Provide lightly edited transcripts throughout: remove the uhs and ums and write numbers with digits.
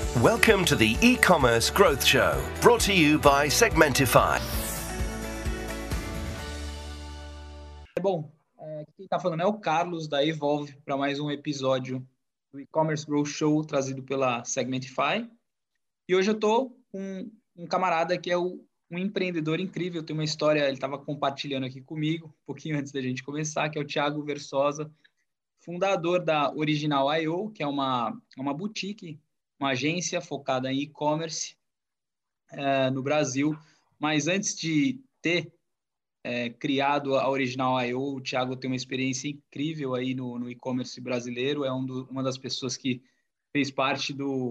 Welcome to the E-Commerce Growth Show, brought to you by Segmentify. Bom, quem está falando é o Carlos, da Evolve, para mais um episódio do E-Commerce Growth Show, trazido pela Segmentify. E hoje eu estou com um camarada que é um empreendedor incrível, tem uma história, ele estava compartilhando aqui comigo, um pouquinho antes da gente começar, que é o Thiago Versosa, fundador da Original.io, que é uma boutique, uma agência focada em e-commerce no Brasil. Mas antes de ter criado a Original.io, o Thiago tem uma experiência incrível aí no e-commerce brasileiro, é uma das pessoas que fez parte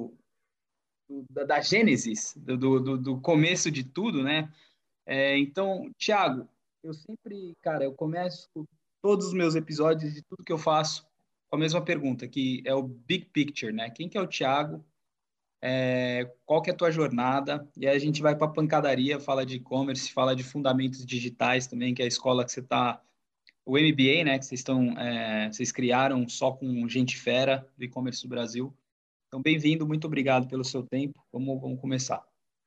da gênesis, do começo de tudo, né? Então, Thiago, eu sempre, cara, eu começo todos os meus episódios de tudo que eu faço com a mesma pergunta, que é o big picture, né? Quem que é o Thiago? Qual que é a tua jornada? E aí a gente vai para a pancadaria, fala de e-commerce, fala de fundamentos digitais também, que é a escola que você está, o MBA, né? Que vocês criaram só com gente fera do e-commerce do Brasil. Então, bem-vindo, muito obrigado pelo seu tempo. Vamos começar.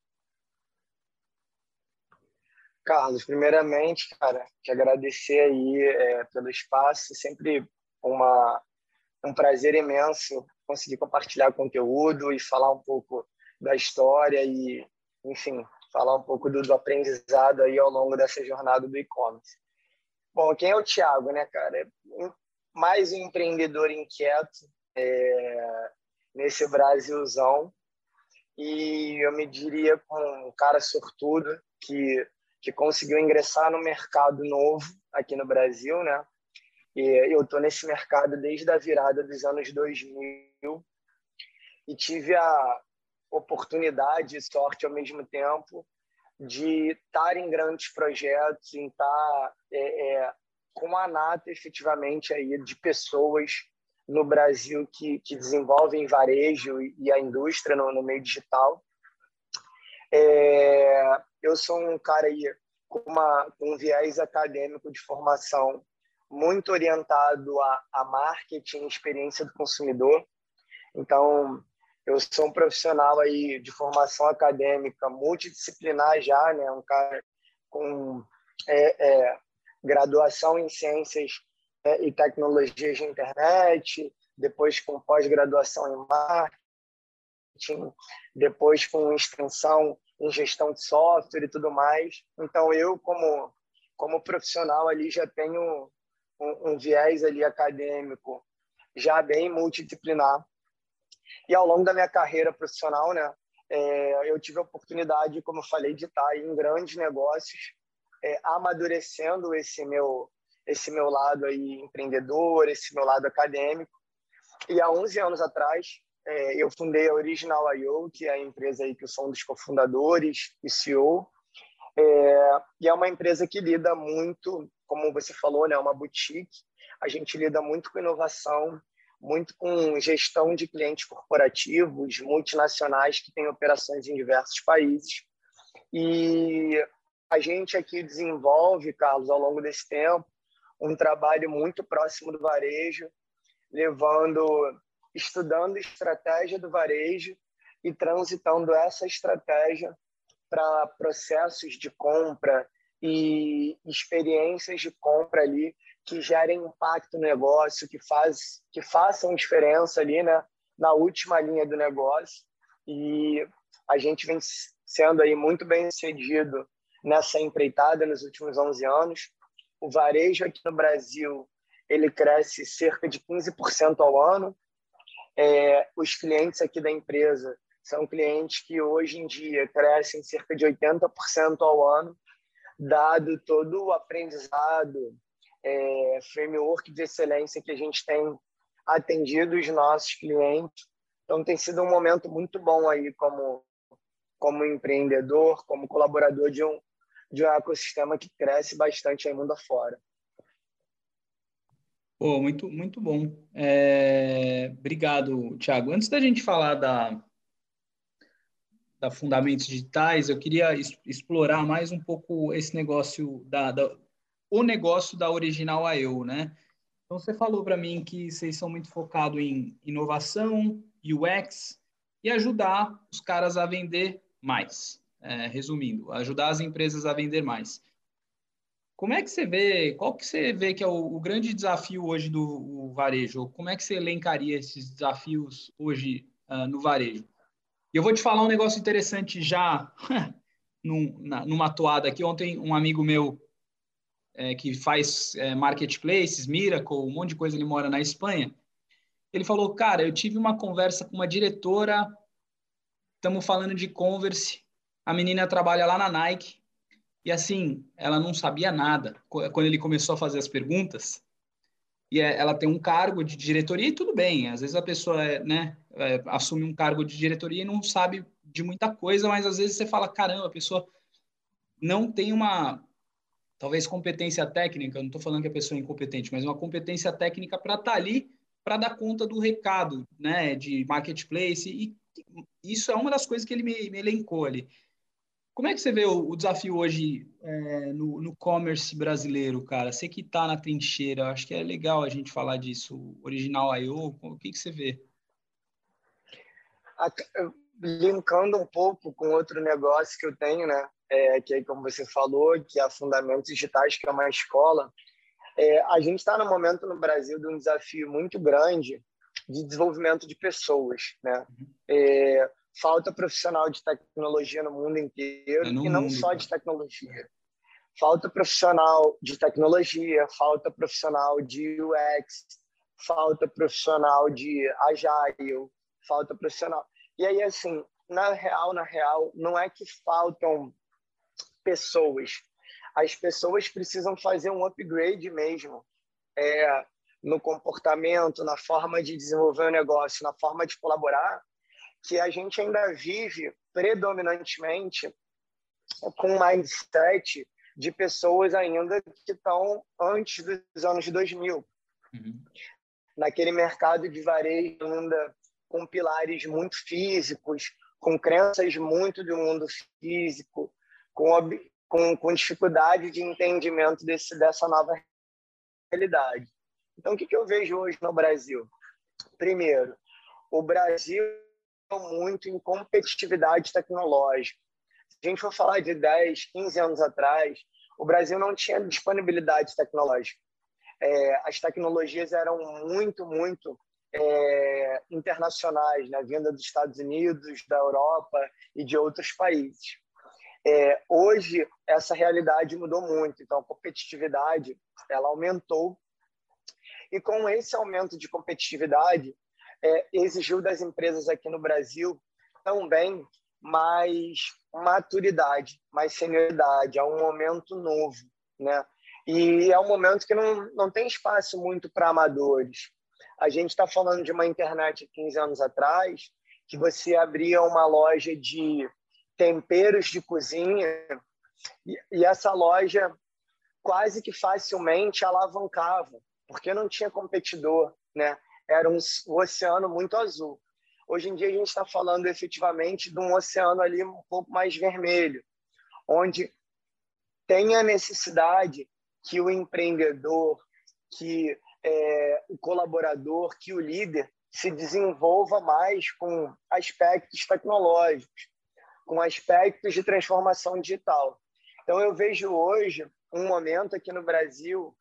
Carlos, primeiramente, cara, te agradecer aí pelo espaço, sempre um prazer imenso conseguir compartilhar conteúdo e falar um pouco da história e, enfim, falar um pouco do aprendizado aí ao longo dessa jornada do e-commerce. Bom, quem é o Thiago, né, cara? Mais um empreendedor inquieto nesse Brasilzão, e eu me diria com um cara sortudo que conseguiu ingressar no mercado novo aqui no Brasil, né? E eu estou nesse mercado desde a virada dos anos 2000 e tive a oportunidade e sorte ao mesmo tempo de estar em grandes projetos, em estar com a nata efetivamente aí de pessoas no Brasil que desenvolvem varejo e a indústria no meio digital. Eu sou um cara aí com um viés acadêmico de formação muito orientado a marketing e experiência do consumidor. Então, eu sou um profissional aí de formação acadêmica multidisciplinar já, né? Um cara com graduação em ciências e tecnologias de internet, depois com pós-graduação em marketing, depois com extensão em gestão de software e tudo mais. Então, eu, como profissional ali, já tenho um viés ali acadêmico já bem multidisciplinar. E ao longo da minha carreira profissional, né, eu tive a oportunidade, como eu falei, de estar em grandes negócios, amadurecendo esse meu lado aí empreendedor, esse meu lado acadêmico. E há 11 anos atrás, eu fundei a Original.io, que é a empresa aí que eu sou um dos cofundadores e CEO. E é uma empresa que lida muito, como você falou, né, uma boutique. A gente lida muito com inovação, muito com gestão de clientes corporativos, multinacionais que têm operações em diversos países. E a gente aqui desenvolve, Carlos, ao longo desse tempo, um trabalho muito próximo do varejo, estudando estratégia do varejo e transitando essa estratégia para processos de compra e experiências de compra ali que gerem impacto no negócio, que façam diferença ali, né, na última linha do negócio. E a gente vem sendo aí muito bem sucedido nessa empreitada nos últimos 11 anos. O varejo aqui no Brasil, ele cresce cerca de 15% ao ano. Os clientes aqui da empresa são clientes que hoje em dia crescem cerca de 80% ao ano, dado todo o aprendizado, framework de excelência que a gente tem atendido os nossos clientes. Então, tem sido um momento muito bom aí como empreendedor, como colaborador de um ecossistema que cresce bastante aí mundo afora. Pô, muito, muito bom. Obrigado, Thiago. Antes da gente falar da Fundamentos Digitais, eu queria explorar mais um pouco esse negócio o negócio da Original.io, né? Então, você falou para mim que vocês são muito focados em inovação, UX, e ajudar os caras a vender mais. Resumindo, ajudar as empresas a vender mais. Como é que você vê, qual que você vê que é o grande desafio hoje do varejo? Como é que você elencaria esses desafios hoje no varejo? E eu vou te falar um negócio interessante já, numa toada aqui. Ontem, um amigo meu que faz marketplaces, Miracle, um monte de coisa, ele mora na Espanha. Ele falou, cara, eu tive uma conversa com uma diretora, estamos falando de e-commerce, a menina trabalha lá na Nike, e assim, ela não sabia nada. Quando ele começou a fazer as perguntas, e ela tem um cargo de diretoria, e tudo bem, às vezes a pessoa assume um cargo de diretoria e não sabe de muita coisa, mas às vezes você fala, caramba, a pessoa não tem uma, talvez, competência técnica, eu não estou falando que a pessoa é incompetente, mas uma competência técnica para estar ali, para dar conta do recado, né, de marketplace, e isso é uma das coisas que ele me elencou ali. Como é que você vê o desafio hoje no commerce brasileiro, cara? Você que está na trincheira, acho que é legal a gente falar disso. Original.io, o que você vê? Linkando um pouco com outro negócio que eu tenho, né? Que é como você falou, que é a Fundamentos Digitais, que é uma escola. A gente está no momento no Brasil de um desafio muito grande de desenvolvimento de pessoas, né? Falta profissional de tecnologia no mundo inteiro, No e não mundo, só de tecnologia. Falta profissional de tecnologia, falta profissional de UX, falta profissional de Agile, falta profissional. E aí, assim, na real, não é que faltam pessoas. As pessoas precisam fazer um upgrade mesmo no comportamento, na forma de desenvolver o negócio, na forma de colaborar, que a gente ainda vive predominantemente com um mindset de pessoas ainda que estão antes dos anos 2000. Uhum. Naquele mercado de varejo ainda com pilares muito físicos, com crenças muito do mundo físico, com dificuldade de entendimento dessa nova realidade. Então, o que eu vejo hoje no Brasil? Primeiro, o Brasil é muito em competitividade tecnológica. Se a gente for falar de 10, 15 anos atrás, o Brasil não tinha disponibilidade tecnológica. As tecnologias eram muito internacionais, né? Vinda dos Estados Unidos, da Europa e de outros países. Hoje, essa realidade mudou muito, então a competitividade ela aumentou, e com esse aumento de competitividade, exigiu das empresas aqui no Brasil também mais maturidade, mais senioridade, é um momento novo, né? E é um momento que não tem espaço muito para amadores. A gente está falando de uma internet 15 anos atrás, que você abria uma loja de temperos de cozinha e essa loja quase que facilmente alavancava, porque não tinha competidor, né? Era um oceano muito azul. Hoje em dia a gente está falando efetivamente de um oceano ali um pouco mais vermelho, onde tem a necessidade que o empreendedor, que o colaborador, que o líder se desenvolva mais com aspectos tecnológicos, com aspectos de transformação digital. Então, eu vejo hoje um momento aqui no Brasil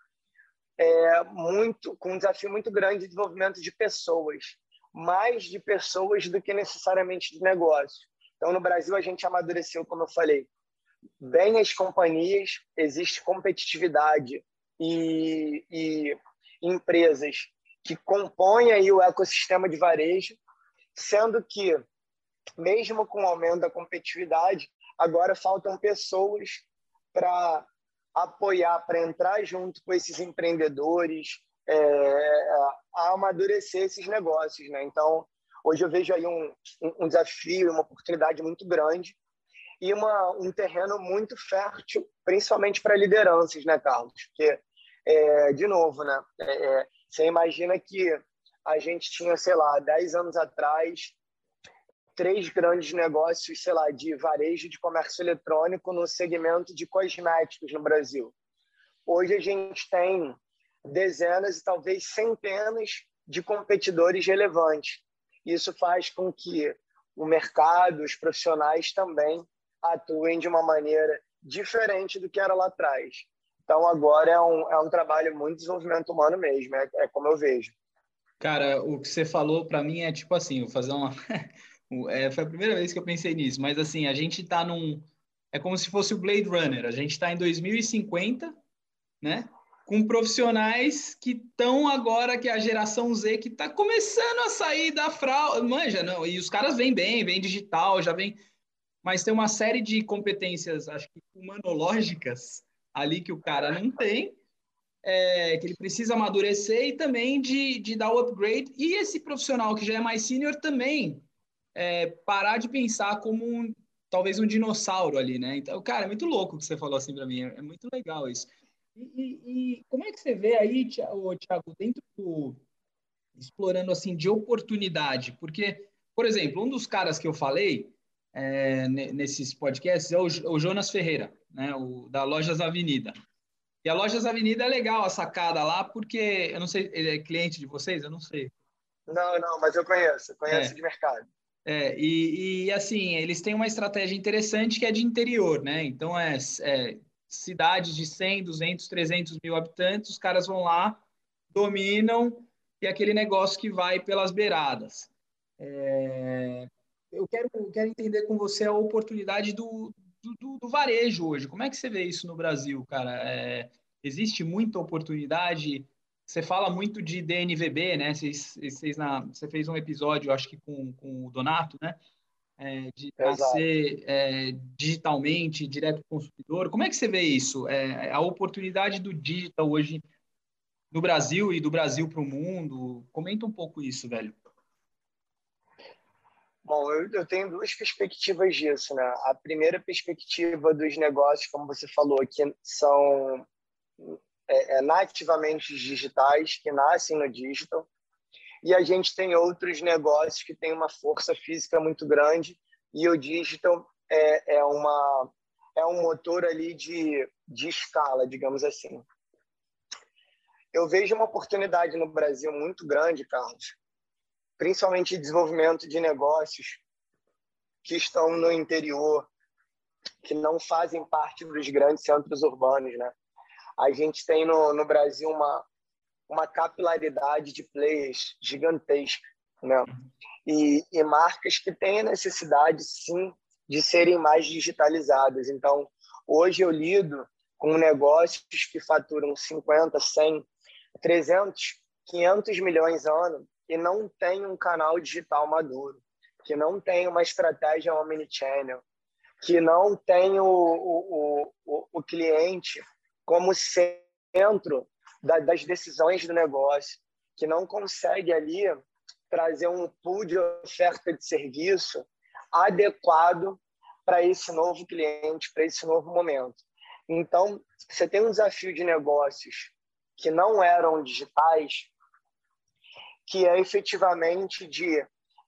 com um desafio muito grande de desenvolvimento de pessoas, mais de pessoas do que necessariamente de negócio. Então, no Brasil, a gente amadureceu, como eu falei, bem as companhias, existe competitividade e empresas que compõem aí o ecossistema de varejo, sendo que, mesmo com o aumento da competitividade, agora faltam pessoas para apoiar, para entrar junto com esses empreendedores, a amadurecer esses negócios, né? Então, hoje eu vejo aí um desafio, uma oportunidade muito grande e um terreno muito fértil, principalmente para lideranças, né, Carlos? Porque, de novo, né, você imagina que a gente tinha, sei lá, 10 anos atrás, 3 grandes negócios, sei lá, de varejo de comércio eletrônico no segmento de cosméticos no Brasil. Hoje a gente tem dezenas e talvez centenas de competidores relevantes. Isso faz com que o mercado, os profissionais também atuem de uma maneira diferente do que era lá atrás. Então, agora é um trabalho muito de desenvolvimento humano mesmo, é como eu vejo. Cara, o que você falou para mim é tipo assim, vou fazer uma. Foi a primeira vez que eu pensei nisso, mas assim, a gente tá num. É como se fosse o Blade Runner, a gente está em 2050, né? Com profissionais que estão agora, que é a geração Z, que está começando a sair da fraude. Manja, não, e os caras vêm bem, vem digital, já vem. Mas tem uma série de competências, acho que humanológicas ali que o cara não tem, que ele precisa amadurecer e também de dar o upgrade. E esse profissional que já é mais sênior também parar de pensar como talvez um dinossauro ali, né? Então, cara, é muito louco o que você falou assim para mim, é muito legal isso. E como é que você vê aí, Thiago, dentro explorando assim de oportunidade? Porque, por exemplo, um dos caras que eu falei nesses podcasts é o Jonas Ferreira, né? O da Lojas Avenida. E a Lojas Avenida é legal a sacada lá, porque eu não sei, ele é cliente de vocês? Eu não sei. Não, mas eu conheço É, de mercado. assim, eles têm uma estratégia interessante que é de interior, né? Então, cidades de 100, 200, 300 mil habitantes, os caras vão lá, dominam, e é aquele negócio que vai pelas beiradas. Eu quero entender com você a oportunidade do varejo hoje. Como é que você vê isso no Brasil, cara? Existe muita oportunidade? Você fala muito de DNVB, né? Você fez um episódio, acho que com o Donato, né? De Exato. nascer digitalmente, direto para o consumidor. Como é que você vê isso? A oportunidade do digital hoje no Brasil e do Brasil para o mundo? Comenta um pouco isso, velho. Bom, eu tenho duas perspectivas disso, né? A primeira perspectiva dos negócios, como você falou, que são nativamente digitais, que nascem no digital, e a gente tem outros negócios que têm uma força física muito grande, e o digital é um motor ali de escala, digamos assim. Eu vejo uma oportunidade no Brasil muito grande, Carlos, principalmente de desenvolvimento de negócios que estão no interior, que não fazem parte dos grandes centros urbanos, né? A gente tem no Brasil uma capilaridade de players gigantesca, né? E marcas que têm a necessidade, sim, de serem mais digitalizadas. Então, hoje eu lido com negócios que faturam 50, 100, 300, 500 milhões ano e não tem um canal digital maduro, que não tem uma estratégia omnichannel, que não tem o cliente como centro das decisões do negócio, que não consegue ali trazer um pool de oferta de serviço adequado para esse novo cliente, para esse novo momento. Então, você tem um desafio de negócios que não eram digitais, que é efetivamente de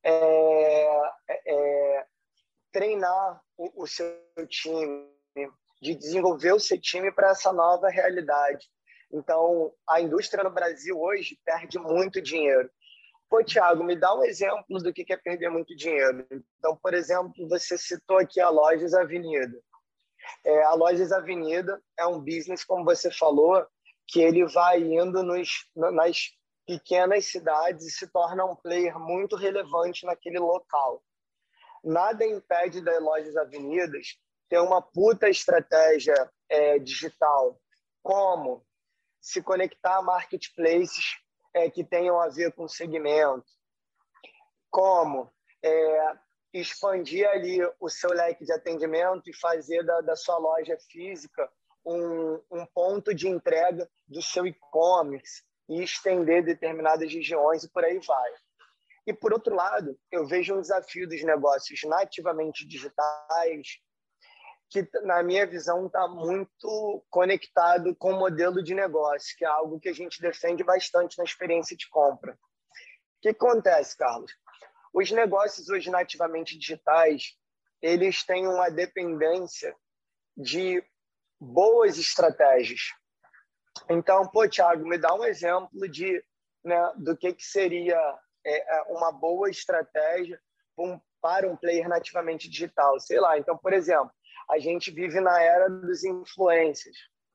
treinar o seu time, de desenvolver o seu time para essa nova realidade. Então, a indústria no Brasil hoje perde muito dinheiro. Pô, Thiago, me dá um exemplo do que é perder muito dinheiro. Então, por exemplo, você citou aqui a Lojas Avenida. A Lojas Avenida é um business, como você falou, que ele vai indo nas pequenas cidades e se torna um player muito relevante naquele local. Nada impede das Lojas Avenidas ter uma puta estratégia digital, como se conectar a marketplaces que tenham a ver com o segmento, como expandir ali o seu leque de atendimento e fazer da sua loja física um ponto de entrega do seu e-commerce e estender determinadas regiões e por aí vai. E, por outro lado, eu vejo um desafio dos negócios nativamente digitais que, na minha visão, está muito conectado com o modelo de negócio, que é algo que a gente defende bastante na experiência de compra. O que acontece, Carlos? Os negócios hoje nativamente digitais, eles têm uma dependência de boas estratégias. Então, pô, Thiago, me dá um exemplo do que seria uma boa estratégia para um player nativamente digital. Sei lá, então, por exemplo, a gente vive na era dos influencers.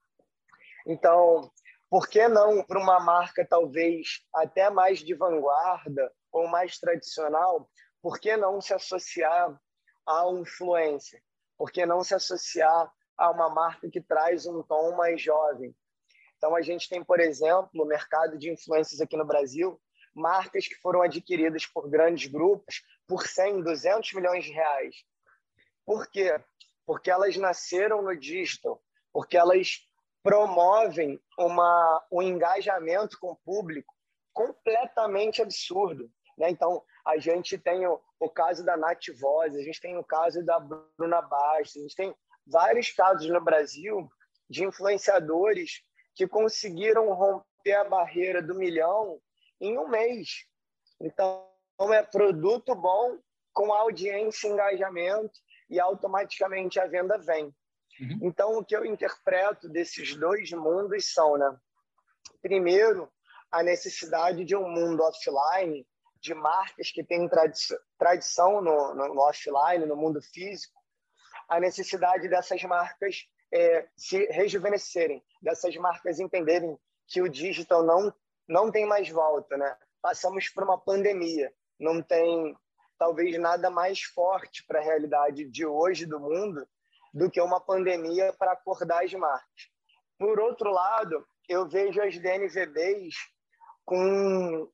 Então, por que não para uma marca talvez até mais de vanguarda ou mais tradicional, por que não se associar a um influencer? Por que não se associar a uma marca que traz um tom mais jovem? Então, a gente tem, por exemplo, no mercado de influencers aqui no Brasil, marcas que foram adquiridas por grandes grupos por 100, 200 milhões de reais. Por quê? Porque elas nasceram no digital, porque elas promovem um engajamento com o público completamente absurdo, né? Então, a gente tem o caso da Nath Voz, a gente tem o caso da Bruna Bastos, a gente tem vários casos no Brasil de influenciadores que conseguiram romper a barreira do 1 milhão em um mês. Então, é produto bom com audiência e engajamento e automaticamente a venda vem. Uhum. Então, o que eu interpreto desses dois mundos são, né? Primeiro, a necessidade de um mundo offline, de marcas que têm tradição no offline, no mundo físico, a necessidade dessas marcas se rejuvenescerem, dessas marcas entenderem que o digital não tem mais volta, né? Passamos por uma pandemia, não tem talvez nada mais forte para a realidade de hoje do mundo do que uma pandemia para acordar as marcas. Por outro lado, eu vejo as DNVBs com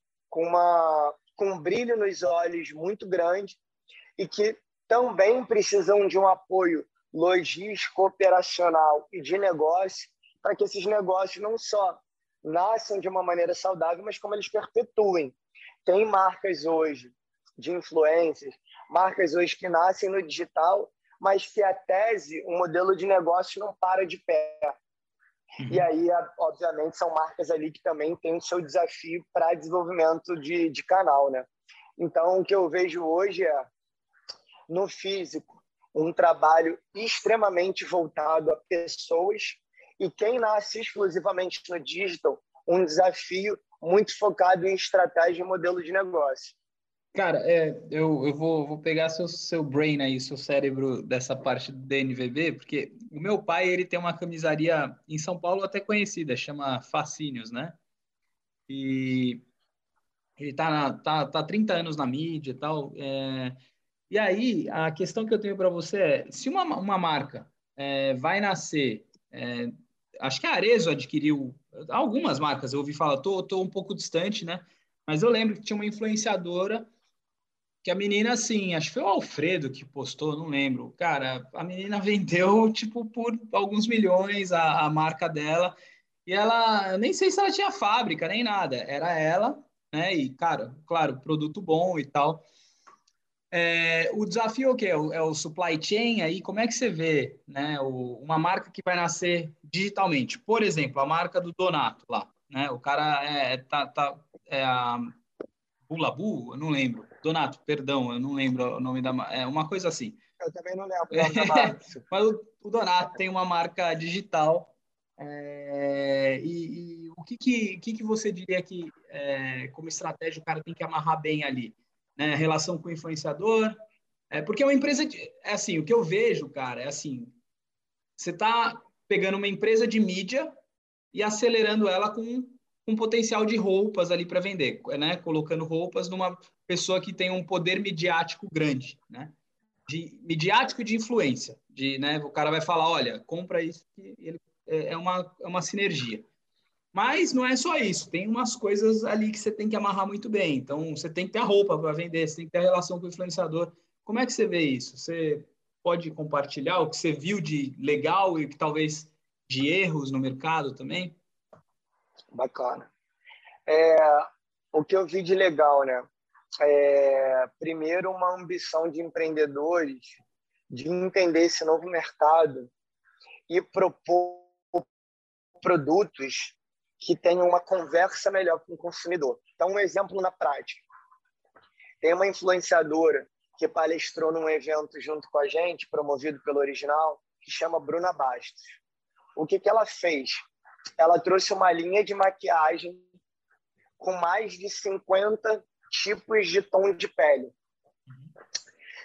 um brilho nos olhos muito grande e que também precisam de um apoio logístico, operacional e de negócio para que esses negócios não só nasçam de uma maneira saudável, mas como eles perpetuem. Tem marcas hoje de influências, marcas hoje que nascem no digital, mas que a tese, o modelo de negócio não para de pé. Uhum. E aí, obviamente, são marcas ali que também têm o seu desafio para desenvolvimento de canal, né? Então, o que eu vejo hoje é, no físico, um trabalho extremamente voltado a pessoas e quem nasce exclusivamente no digital, um desafio muito focado em estratégia e modelo de negócio. Cara, eu vou pegar seu brain aí, seu cérebro dessa parte do DNVB, porque o meu pai, ele tem uma camisaria em São Paulo até conhecida, chama Fascínios, né? E ele tá 30 anos na mídia e tal. E aí, a questão que eu tenho para você é, se uma marca vai nascer, acho que a Arezzo adquiriu algumas marcas, eu ouvi falar, tô um pouco distante, né? Mas eu lembro que tinha uma influenciadora que a menina, assim, acho que foi o Alfredo que postou, não lembro. Cara, a menina vendeu, tipo, por alguns milhões a marca dela. E ela, eu nem sei se ela tinha fábrica, nem nada. Era ela, né? E, cara, claro, produto bom e tal. O desafio é o quê? É o supply chain aí? Como é que você vê, né? Uma marca que vai nascer digitalmente. Por exemplo, a marca do Donato lá, né? O cara é a Bulabu, eu não lembro. Donato, perdão, eu não lembro o nome da marca. É uma coisa assim. Eu também não lembro o nome da marca. Mas o Donato tem uma marca digital. E o que você diria que, como estratégia, o cara tem que amarrar bem ali? Né? Relação com o influenciador. Porque é uma empresa. É assim, o que eu vejo, cara, é assim: você está pegando uma empresa de mídia e acelerando ela com um potencial de roupas ali para vender, né? Colocando roupas numa pessoa que tem um poder midiático grande, né? De midiático e de influência, né? O cara vai falar, olha, compra isso, que ele é uma sinergia. Mas não é só isso, tem umas coisas ali que você tem que amarrar muito bem. Então, você tem que ter a roupa para vender, você tem que ter a relação com o influenciador. Como é que você vê isso? Você pode compartilhar o que você viu de legal e que talvez de erros no mercado também? Bacana. O que eu vi de legal, né? Primeiro, uma ambição de empreendedores de entender esse novo mercado e propor produtos que tenham uma conversa melhor com o consumidor. Então, um exemplo na prática. Tem uma influenciadora que palestrou num evento junto com a gente, promovido pelo Original, que chama Bruna Bastos. O que ela fez? Ela trouxe uma linha de maquiagem com mais de 50 tipos de tom de pele.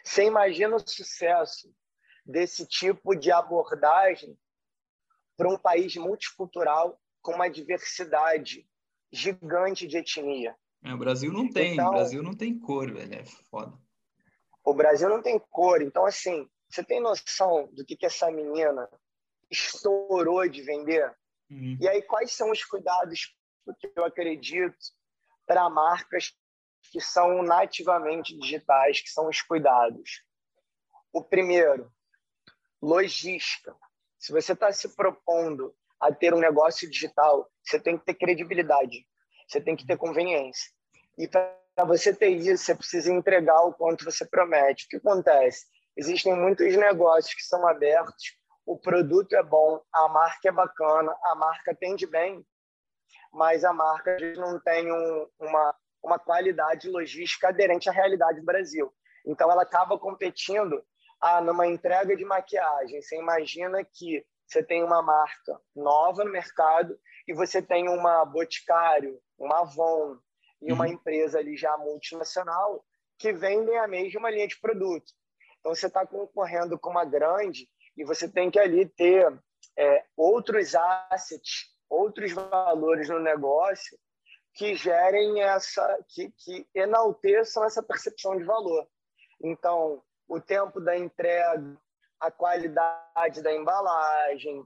Você imagina o sucesso desse tipo de abordagem para um país multicultural com uma diversidade gigante de etnia. O Brasil não tem, o Então, Brasil não tem cor, velho, é foda. o Brasil não tem cor. Então, assim, você tem noção do que essa menina estourou de vender? E aí, quais são os cuidados que eu acredito para marcas que são nativamente digitais, que são os cuidados? O primeiro, logística. Se você está se propondo a ter um negócio digital, você tem que ter credibilidade, você tem que ter conveniência. E para você ter isso, você precisa entregar o quanto você promete. O que acontece? Existem muitos negócios que são abertos, o produto é bom, a marca é bacana, a marca atende bem, mas a marca não tem uma qualidade logística aderente à realidade do Brasil. Então, ela acaba competindo numa entrega de maquiagem. Você imagina que você tem uma marca nova no mercado e você tem uma Boticário, uma Avon e uma empresa ali já multinacional que vendem a mesma linha de produto. Então, você está concorrendo com uma grande e você tem que ali ter outros assets, outros valores no negócio que gerem que enalteçam essa percepção de valor. Então, o tempo da entrega, a qualidade da embalagem,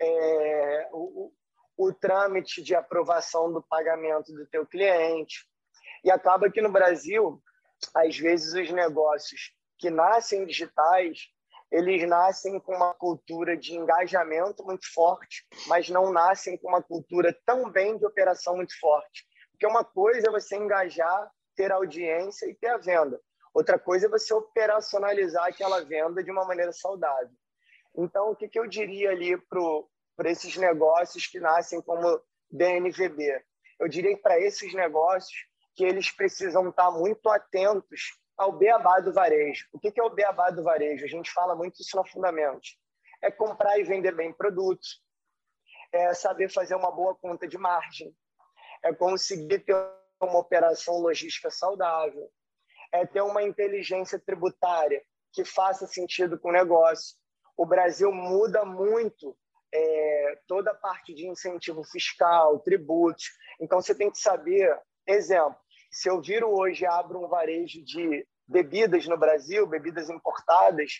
o trâmite de aprovação do pagamento do teu cliente. E acaba que no Brasil, às vezes, os negócios que nascem digitais, eles nascem com uma cultura de engajamento muito forte, mas não nascem com uma cultura também de operação muito forte. Porque uma coisa é você engajar, ter audiência e ter a venda. Outra coisa é você operacionalizar aquela venda de uma maneira saudável. Então, o que eu diria ali para esses negócios que nascem como DNVB? Eu diria para esses negócios que eles precisam estar muito atentos ao beabá do varejo. O que é o beabá do varejo? A gente fala muito isso no Fundamentos. É comprar e vender bem produtos, é saber fazer uma boa conta de margem, é conseguir ter uma operação logística saudável, é ter uma inteligência tributária que faça sentido com o negócio. O Brasil muda muito toda a parte de incentivo fiscal, tributos. Então, você tem que saber, exemplo, se eu viro hoje e abro um varejo de bebidas no Brasil, bebidas importadas,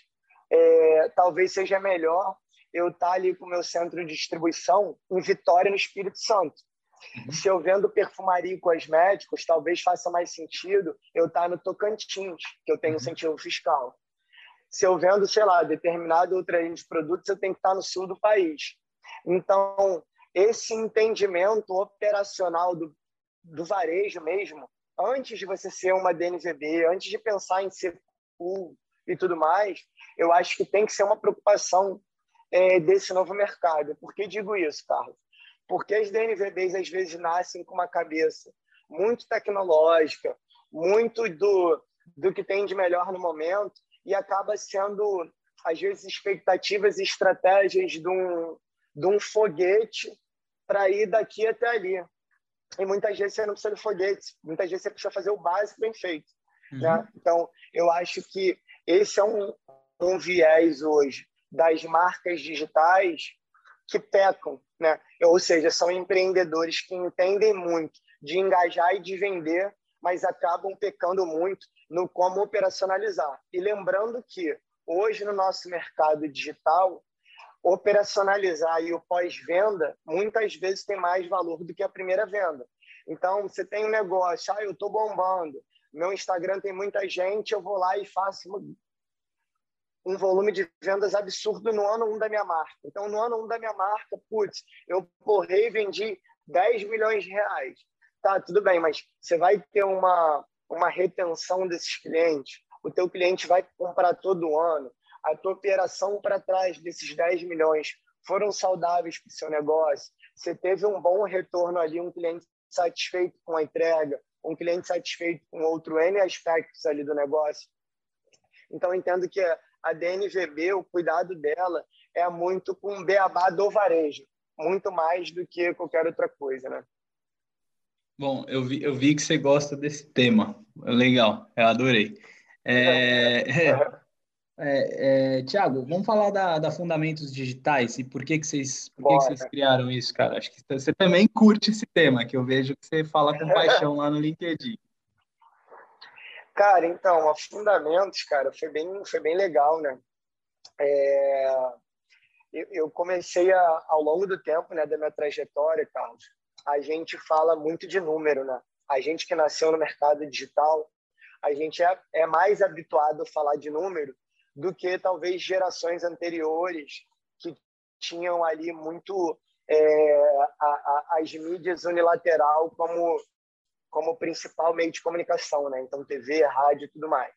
talvez seja melhor eu estar ali com o meu centro de distribuição em Vitória, no Espírito Santo. Se eu vendo perfumaria e cosméticos, talvez faça mais sentido eu estar no Tocantins, que eu tenho incentivo fiscal. Se eu vendo, sei lá, determinado outra linha de produtos, eu tenho que estar no sul do país. Então, esse entendimento operacional do varejo mesmo, antes de você ser uma DNVB, antes de pensar em ser cool e tudo mais, eu acho que tem que ser uma preocupação desse novo mercado. Por que digo isso, Carlos? Porque as DNVBs, às vezes, nascem com uma cabeça muito tecnológica, muito do que tem de melhor no momento, e acaba sendo, às vezes, expectativas e estratégias de um foguete para ir daqui até ali. E muitas vezes você não precisa de foguete, muitas vezes você precisa fazer o básico bem feito. Né? Então, eu acho que esse é um viés hoje das marcas digitais que pecam, né? Ou seja, são empreendedores que entendem muito de engajar e de vender, mas acabam pecando muito no como operacionalizar. E lembrando que hoje no nosso mercado digital, operacionalizar e o pós-venda muitas vezes tem mais valor do que a primeira venda. Então, você tem um negócio, eu estou bombando, meu Instagram tem muita gente, eu vou lá e faço um volume de vendas absurdo no ano 1 da minha marca. Então, no ano 1 da minha marca, eu porrei e vendi 10 milhões de reais. Tá, tudo bem, mas você vai ter uma retenção desses clientes, o teu cliente vai comprar todo ano, a tua operação para trás desses 10 milhões foram saudáveis para o seu negócio, você teve um bom retorno ali, um cliente satisfeito com a entrega, um cliente satisfeito com outro N aspectos ali do negócio. Então, eu entendo que a DNVB, o cuidado dela é muito com o beabá do varejo, muito mais do que qualquer outra coisa, né? Bom, eu vi que você gosta desse tema. Legal, eu adorei. É, Thiago, vamos falar da Fundamentos Digitais e por que que vocês Bora. criaram isso, cara? Acho que você também curte esse tema, que eu vejo que você fala com paixão lá no LinkedIn. Cara, então, a Fundamentos, cara, foi bem legal, né? Eu comecei ao longo do tempo, né, da minha trajetória, Carlos, a gente fala muito de número, né? A gente que nasceu no mercado digital, a gente é mais habituado a falar de número do que talvez gerações anteriores que tinham ali muito as mídias unilateral como principal meio de comunicação, né? Então, TV, rádio e tudo mais.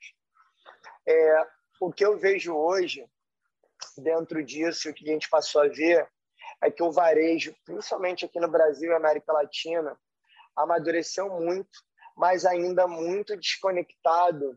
O que eu vejo hoje, dentro disso, o que a gente passou a ver, é que o varejo, principalmente aqui no Brasil e América Latina, amadureceu muito, mas ainda muito desconectado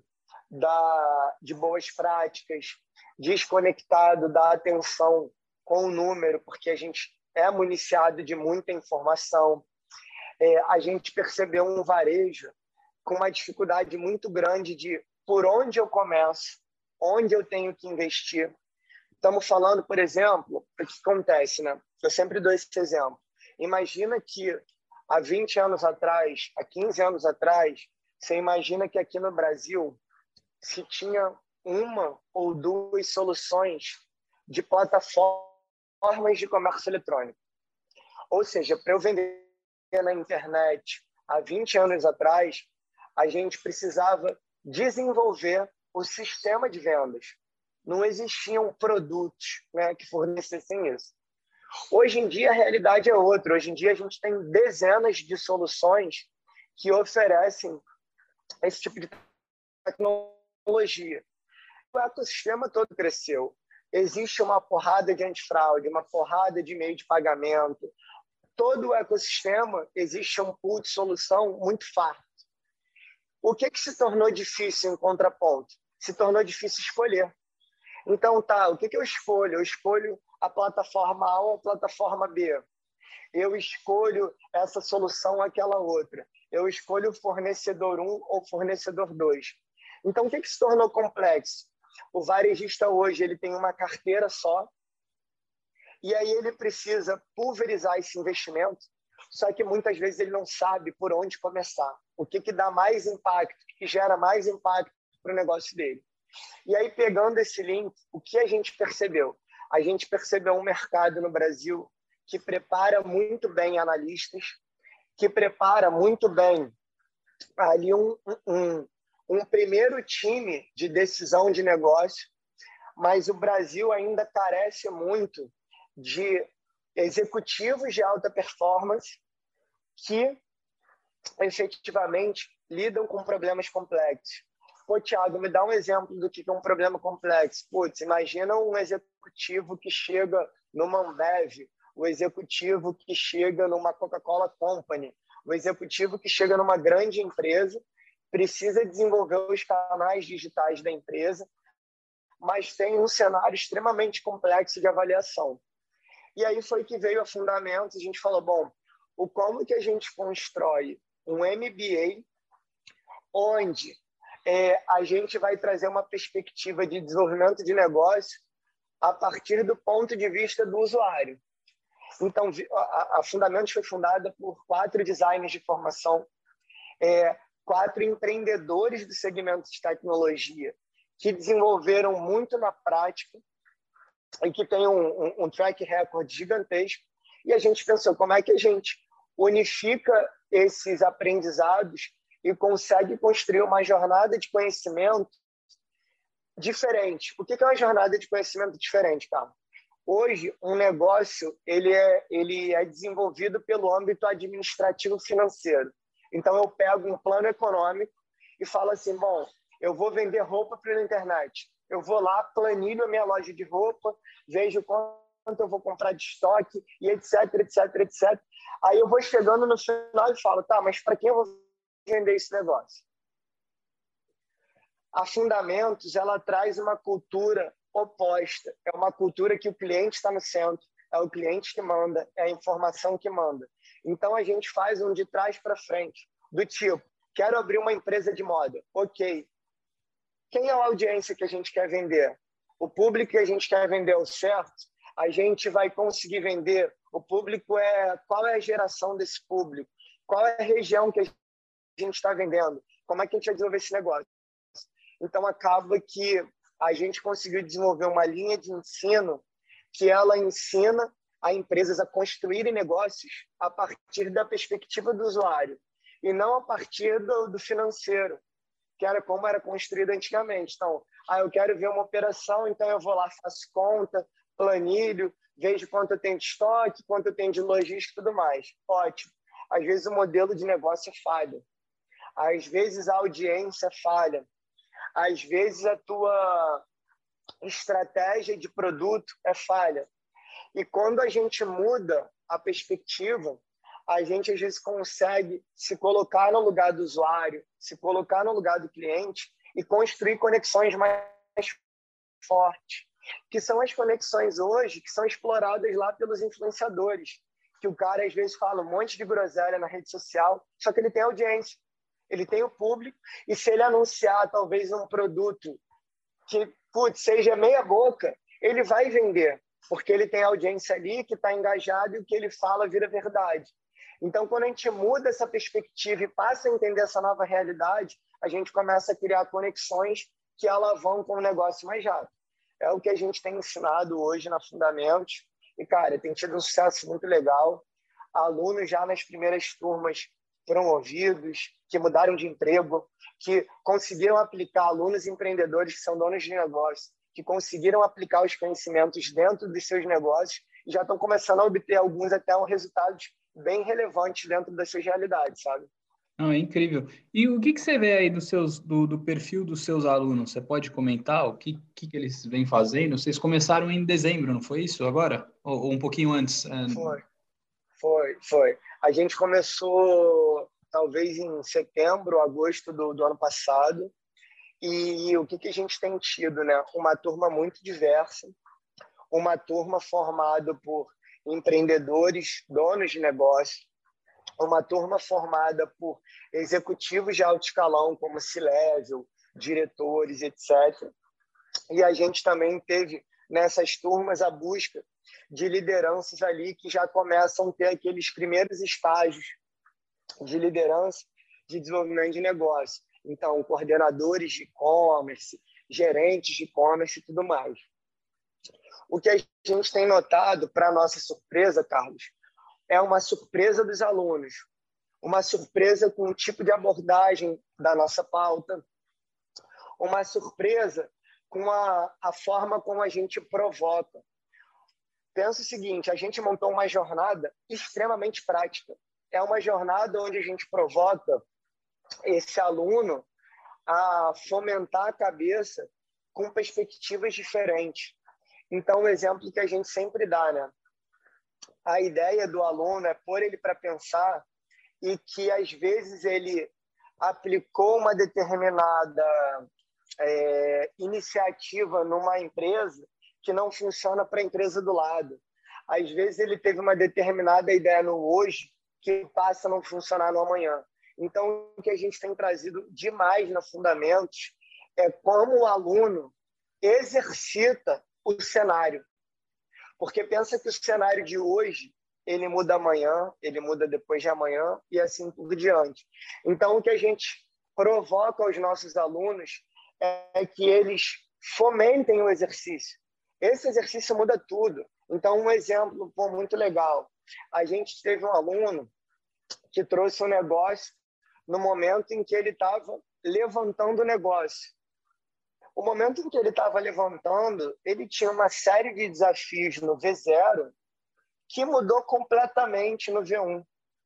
de boas práticas, desconectado da atenção com o número, porque a gente é municiado de muita informação. A gente percebeu um varejo com uma dificuldade muito grande de por onde eu começo, onde eu tenho que investir. Estamos falando, por exemplo, o que acontece, né? Eu sempre dou esse exemplo. Imagina que há 20 anos atrás, há 15 anos atrás, você imagina que aqui no Brasil se tinha uma ou duas soluções de plataformas de comércio eletrônico. Ou seja, para eu vender na internet há 20 anos atrás, a gente precisava desenvolver o sistema de vendas. Não existiam produtos, né, que fornecessem isso. Hoje em dia, a realidade é outra. Hoje em dia, a gente tem dezenas de soluções que oferecem esse tipo de tecnologia. O ecossistema todo cresceu. Existe uma porrada de antifraude, uma porrada de meio de pagamento. Todo o ecossistema existe um pool de solução muito farto. O que se tornou difícil em contraponto? Se tornou difícil escolher. Então, o que eu escolho? Eu escolho a plataforma A ou a plataforma B. Eu escolho essa solução ou aquela outra. Eu escolho o fornecedor 1 ou fornecedor 2. Então, o que se tornou complexo? O varejista hoje ele tem uma carteira só, e aí ele precisa pulverizar esse investimento, só que muitas vezes ele não sabe por onde começar. O que dá mais impacto, o que gera mais impacto para o negócio dele. E aí, pegando esse link, o que a gente percebeu? A gente percebeu um mercado no Brasil que prepara muito bem analistas, que prepara muito bem ali um primeiro time de decisão de negócio, mas o Brasil ainda carece muito de executivos de alta performance que efetivamente lidam com problemas complexos. Pô, Thiago, me dá um exemplo do que é um problema complexo. Putz, imagina um executivo que chega numa Ambev, o executivo que chega numa Coca-Cola Company, o executivo que chega numa grande empresa, precisa desenvolver os canais digitais da empresa, mas tem um cenário extremamente complexo de avaliação. E aí foi que veio a Fundamentos, a gente falou, bom, como que a gente constrói um MBA onde a gente vai trazer uma perspectiva de desenvolvimento de negócio a partir do ponto de vista do usuário. Então, a Fundamentos foi fundada por 4 designers de formação, 4 empreendedores do segmento de tecnologia que desenvolveram muito na prática e que tem um track record gigantesco. E a gente pensou, como é que a gente unifica esses aprendizados e consegue construir uma jornada de conhecimento diferente. O que é uma jornada de conhecimento diferente, cara? Hoje, um negócio ele é desenvolvido pelo âmbito administrativo financeiro. Então, eu pego um plano econômico e falo assim, bom, eu vou vender roupa pela internet. Eu vou lá, planilho a minha loja de roupa, vejo quanto eu vou comprar de estoque e etc, etc, etc. Aí eu vou chegando no final e falo, tá, mas para quem eu vou vender esse negócio? A Fundamentos, ela traz uma cultura oposta. É uma cultura que o cliente está no centro, é o cliente que manda, é a informação que manda. Então, a gente faz um de trás para frente, do tipo, quero abrir uma empresa de moda. Ok. quem é a audiência que a gente quer vender? O público que a gente quer vender é o certo? A gente vai conseguir vender? O público qual é a geração desse público? Qual é a região que a gente está vendendo? Como é que a gente vai desenvolver esse negócio? Então, acaba que a gente conseguiu desenvolver uma linha de ensino que ela ensina a empresas a construírem negócios a partir da perspectiva do usuário e não a partir do financeiro, que era como era construído antigamente. Então, eu quero ver uma operação, então eu vou lá, faço conta, planilho, vejo quanto eu tenho de estoque, quanto eu tenho de logística e tudo mais. Ótimo. Às vezes o modelo de negócio falha. Às vezes a audiência falha. Às vezes a tua estratégia de produto é falha. E quando a gente muda a perspectiva, a gente às vezes consegue se colocar no lugar do usuário, se colocar no lugar do cliente e construir conexões mais fortes, que são as conexões hoje que são exploradas lá pelos influenciadores, que o cara às vezes fala um monte de groselha na rede social, só que ele tem audiência, ele tem o público, e se ele anunciar talvez um produto que seja meia boca, ele vai vender, porque ele tem audiência ali que está engajado e o que ele fala vira verdade. Então, quando a gente muda essa perspectiva e passa a entender essa nova realidade, a gente começa a criar conexões que alavancam o negócio mais rápido. É o que a gente tem ensinado hoje na Fundamentos e, cara, tem tido um sucesso muito legal. Alunos já nas primeiras turmas promovidos, que mudaram de emprego, que conseguiram aplicar, alunos empreendedores que são donos de negócio, que conseguiram aplicar os conhecimentos dentro dos seus negócios e já estão começando a obter alguns até resultados bem relevantes dentro das suas realidades, sabe? Não, é incrível. E o que você vê aí do perfil dos seus alunos? Você pode comentar o que eles vêm fazendo? Vocês começaram em dezembro, não foi isso agora? Ou um pouquinho antes? Foi. A gente começou talvez em setembro, agosto do ano passado. E o que a gente tem tido, né? Uma turma muito diversa, uma turma formada por empreendedores, donos de negócio, uma turma formada por executivos de alto escalão, como C-Level, diretores, etc. E a gente também teve nessas turmas a busca de lideranças ali que já começam a ter aqueles primeiros estágios de liderança de desenvolvimento de negócio. Então, coordenadores de e-commerce, gerentes de e-commerce e tudo mais. O que a gente tem notado, para nossa surpresa, Carlos, é uma surpresa dos alunos, uma surpresa com o tipo de abordagem da nossa pauta, uma surpresa com a forma como a gente provoca. Pensa o seguinte, a gente montou uma jornada extremamente prática. É uma jornada onde a gente provoca esse aluno a fomentar a cabeça com perspectivas diferentes. Então, um exemplo que a gente sempre dá, né? A ideia do aluno é pôr ele para pensar e que, às vezes, ele aplicou uma determinada iniciativa numa empresa que não funciona para a empresa do lado. Às vezes, ele teve uma determinada ideia no hoje que passa a não funcionar no amanhã. Então, o que a gente tem trazido demais na Fundamentos é como o aluno exercita o cenário. Porque pensa que o cenário de hoje, ele muda amanhã, ele muda depois de amanhã e assim por diante. Então, o que a gente provoca aos nossos alunos é que eles fomentem o exercício. Esse exercício muda tudo. Então, um exemplo muito legal. A gente teve um aluno que trouxe um negócio no momento em que ele estava levantando o negócio. O momento em que ele estava levantando, ele tinha uma série de desafios no V0 que mudou completamente no V1.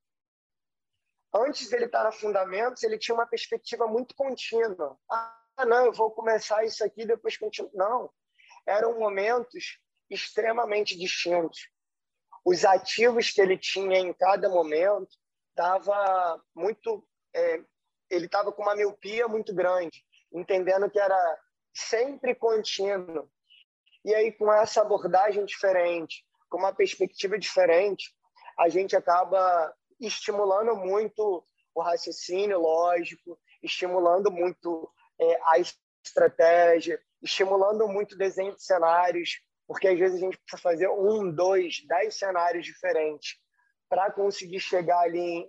Antes dele estar na Fundamentos, ele tinha uma perspectiva muito contínua. Não, eu vou começar isso aqui, depois continuo. Não, eram momentos extremamente distintos. Os ativos que ele tinha em cada momento estava muito... ele estava com uma miopia muito grande, entendendo que era sempre contínuo. E aí, com essa abordagem diferente, com uma perspectiva diferente, a gente acaba estimulando muito o raciocínio lógico, estimulando muito a estratégia, estimulando muito o desenho de cenários, porque às vezes a gente precisa fazer 1, 2, 10 cenários diferentes para conseguir chegar ali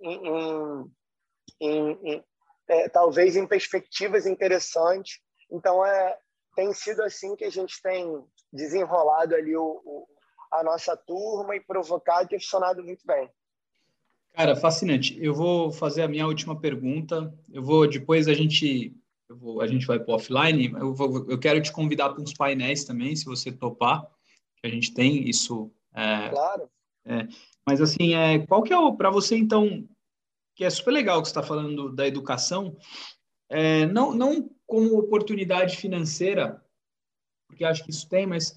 talvez em perspectivas interessantes. Então, tem sido assim que a gente tem desenrolado ali a nossa turma e provocado e funcionado muito bem. Cara, fascinante. Eu vou fazer a minha última pergunta. Depois a gente vai para o offline. Eu quero te convidar para uns painéis também, se você topar, que a gente tem isso. Claro. Mas assim, qual que é para você então, que é super legal que você está falando da educação, não como oportunidade financeira, porque acho que isso tem, mas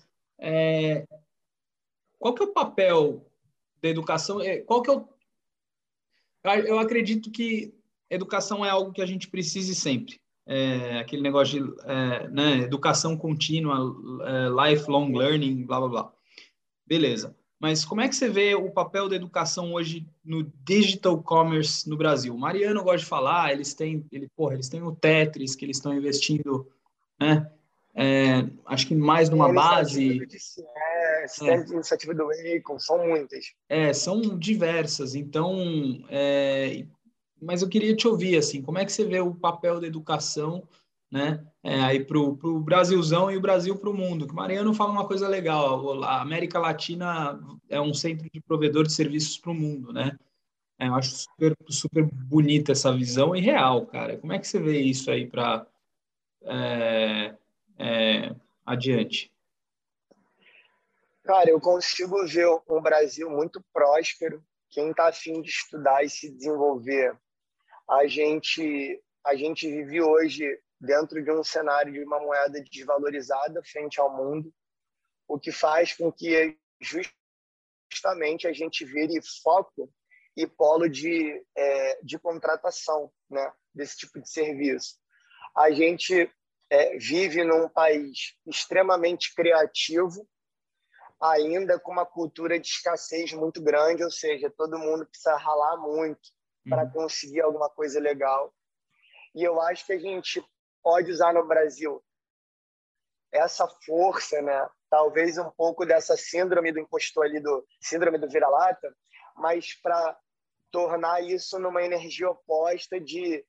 qual que é o papel da educação? Qual que é eu acredito que educação é algo que a gente precise sempre. Aquele negócio de né, educação contínua, lifelong learning, blá, blá, blá. Beleza. Mas como é que você vê o papel da educação hoje no digital commerce no Brasil? O Mariano gosta de falar, eles têm o Tetris, que eles estão investindo, né? Acho que mais numa base. Tem iniciativa do Wacom, são muitas. São diversas. Então, mas eu queria te ouvir, assim, como é que você vê o papel da educação, né, aí para o Brasilzão e o Brasil para o mundo? Que o Mariano fala uma coisa legal, a América Latina é um centro de provedor de serviços para o mundo, né? Eu acho super, super bonita essa visão e real, cara. Como é que você vê isso aí para adiante? Cara, eu consigo ver um Brasil muito próspero. Quem está afim de estudar e se desenvolver, a gente vive hoje dentro de um cenário de uma moeda desvalorizada frente ao mundo, o que faz com que justamente a gente vire foco e polo de contratação, né, desse tipo de serviço. A gente vive num país extremamente criativo, ainda com uma cultura de escassez muito grande, ou seja, todo mundo precisa ralar muito para conseguir alguma coisa legal. E eu acho que a gente pode usar no Brasil essa força, né? Talvez um pouco dessa síndrome do impostor ali, síndrome do vira-lata, mas para tornar isso numa energia oposta de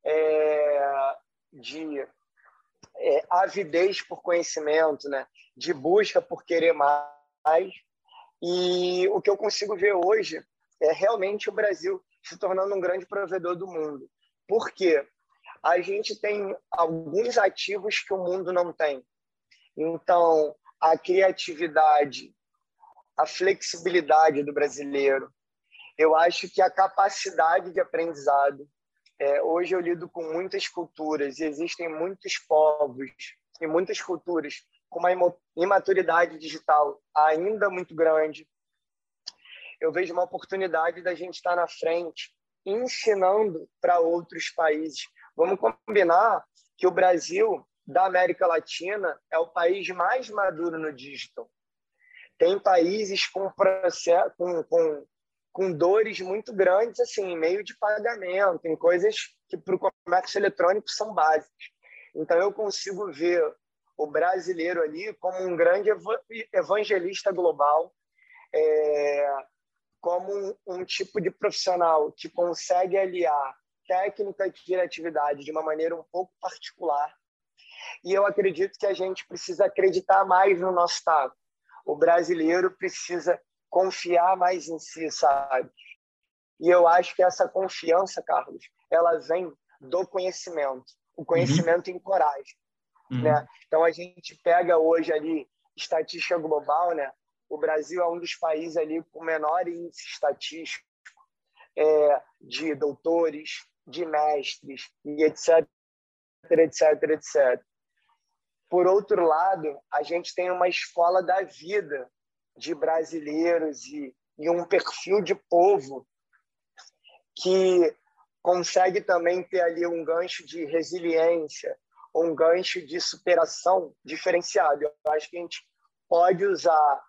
avidez por conhecimento, né? De busca por querer mais. E o que eu consigo ver hoje é realmente o Brasil se tornando um grande provedor do mundo. Por quê? A gente tem alguns ativos que o mundo não tem. Então, a criatividade, a flexibilidade do brasileiro, eu acho que a capacidade de aprendizado. Hoje eu lido com muitas culturas e existem muitos povos e muitas culturas com uma imaturidade digital ainda muito grande. Eu vejo uma oportunidade da gente estar na frente, ensinando para outros países. Vamos combinar que o Brasil, da América Latina, é o país mais maduro no digital. Tem países com dores muito grandes, assim, em meio de pagamento, em coisas que para o comércio eletrônico são básicas. Então, eu consigo ver o brasileiro ali como um grande evangelista global, como um tipo de profissional que consegue aliar técnica e criatividade de uma maneira um pouco particular. E eu acredito que a gente precisa acreditar mais no nosso Estado. O brasileiro precisa confiar mais em si, sabe? E eu acho que essa confiança, Carlos, ela vem do conhecimento. O conhecimento encoraja, né? Então, a gente pega hoje ali estatística global, né? O Brasil é um dos países ali com menor índice estatístico de doutores, de mestres, e etc, etc, etc. Por outro lado, a gente tem uma escola da vida de brasileiros e um perfil de povo que consegue também ter ali um gancho de resiliência, um gancho de superação diferenciado. Eu acho que a gente pode usar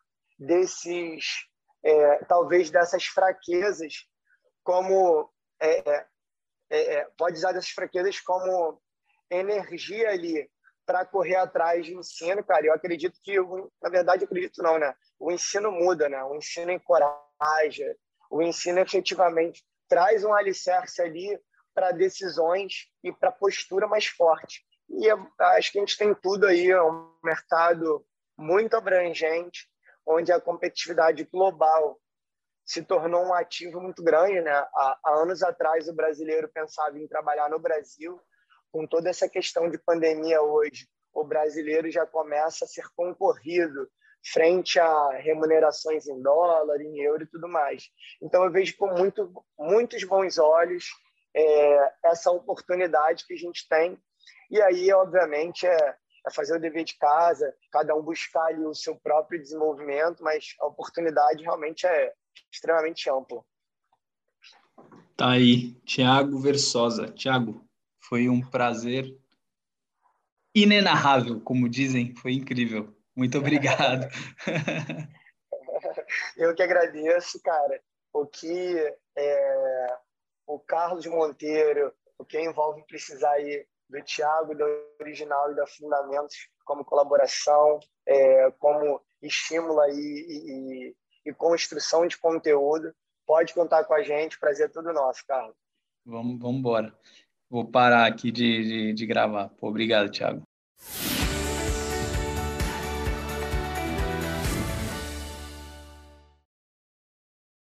talvez dessas fraquezas como pode usar dessas fraquezas como energia ali para correr atrás de ensino, cara. Eu acredito que, na verdade, acredito não, né? O ensino muda, né? O ensino encoraja, o ensino efetivamente traz um alicerce ali para decisões e para postura mais forte. E acho que a gente tem tudo aí, é um mercado muito abrangente, onde a competitividade global se tornou um ativo muito grande, né? Há anos atrás, o brasileiro pensava em trabalhar no Brasil. Com toda essa questão de pandemia hoje, o brasileiro já começa a ser concorrido frente a remunerações em dólar, em euro e tudo mais. Então, eu vejo com muitos bons olhos essa oportunidade que a gente tem. E aí, obviamente, é fazer o dever de casa, cada um buscar ali o seu próprio desenvolvimento, mas a oportunidade realmente é extremamente ampla. Tá aí, Thiago Versosa. Thiago, foi um prazer inenarrável, como dizem, foi incrível. Muito obrigado. Eu que agradeço, cara. O que o Carlos Monteiro, o que envolve precisar aí do Thiago, da Original e da Fundamentos como colaboração, como estímulo aí e construção de conteúdo, pode contar com a gente. Prazer é todo nosso, Carlos. Vamos embora. Vou parar aqui de gravar. Pô, obrigado, Thiago.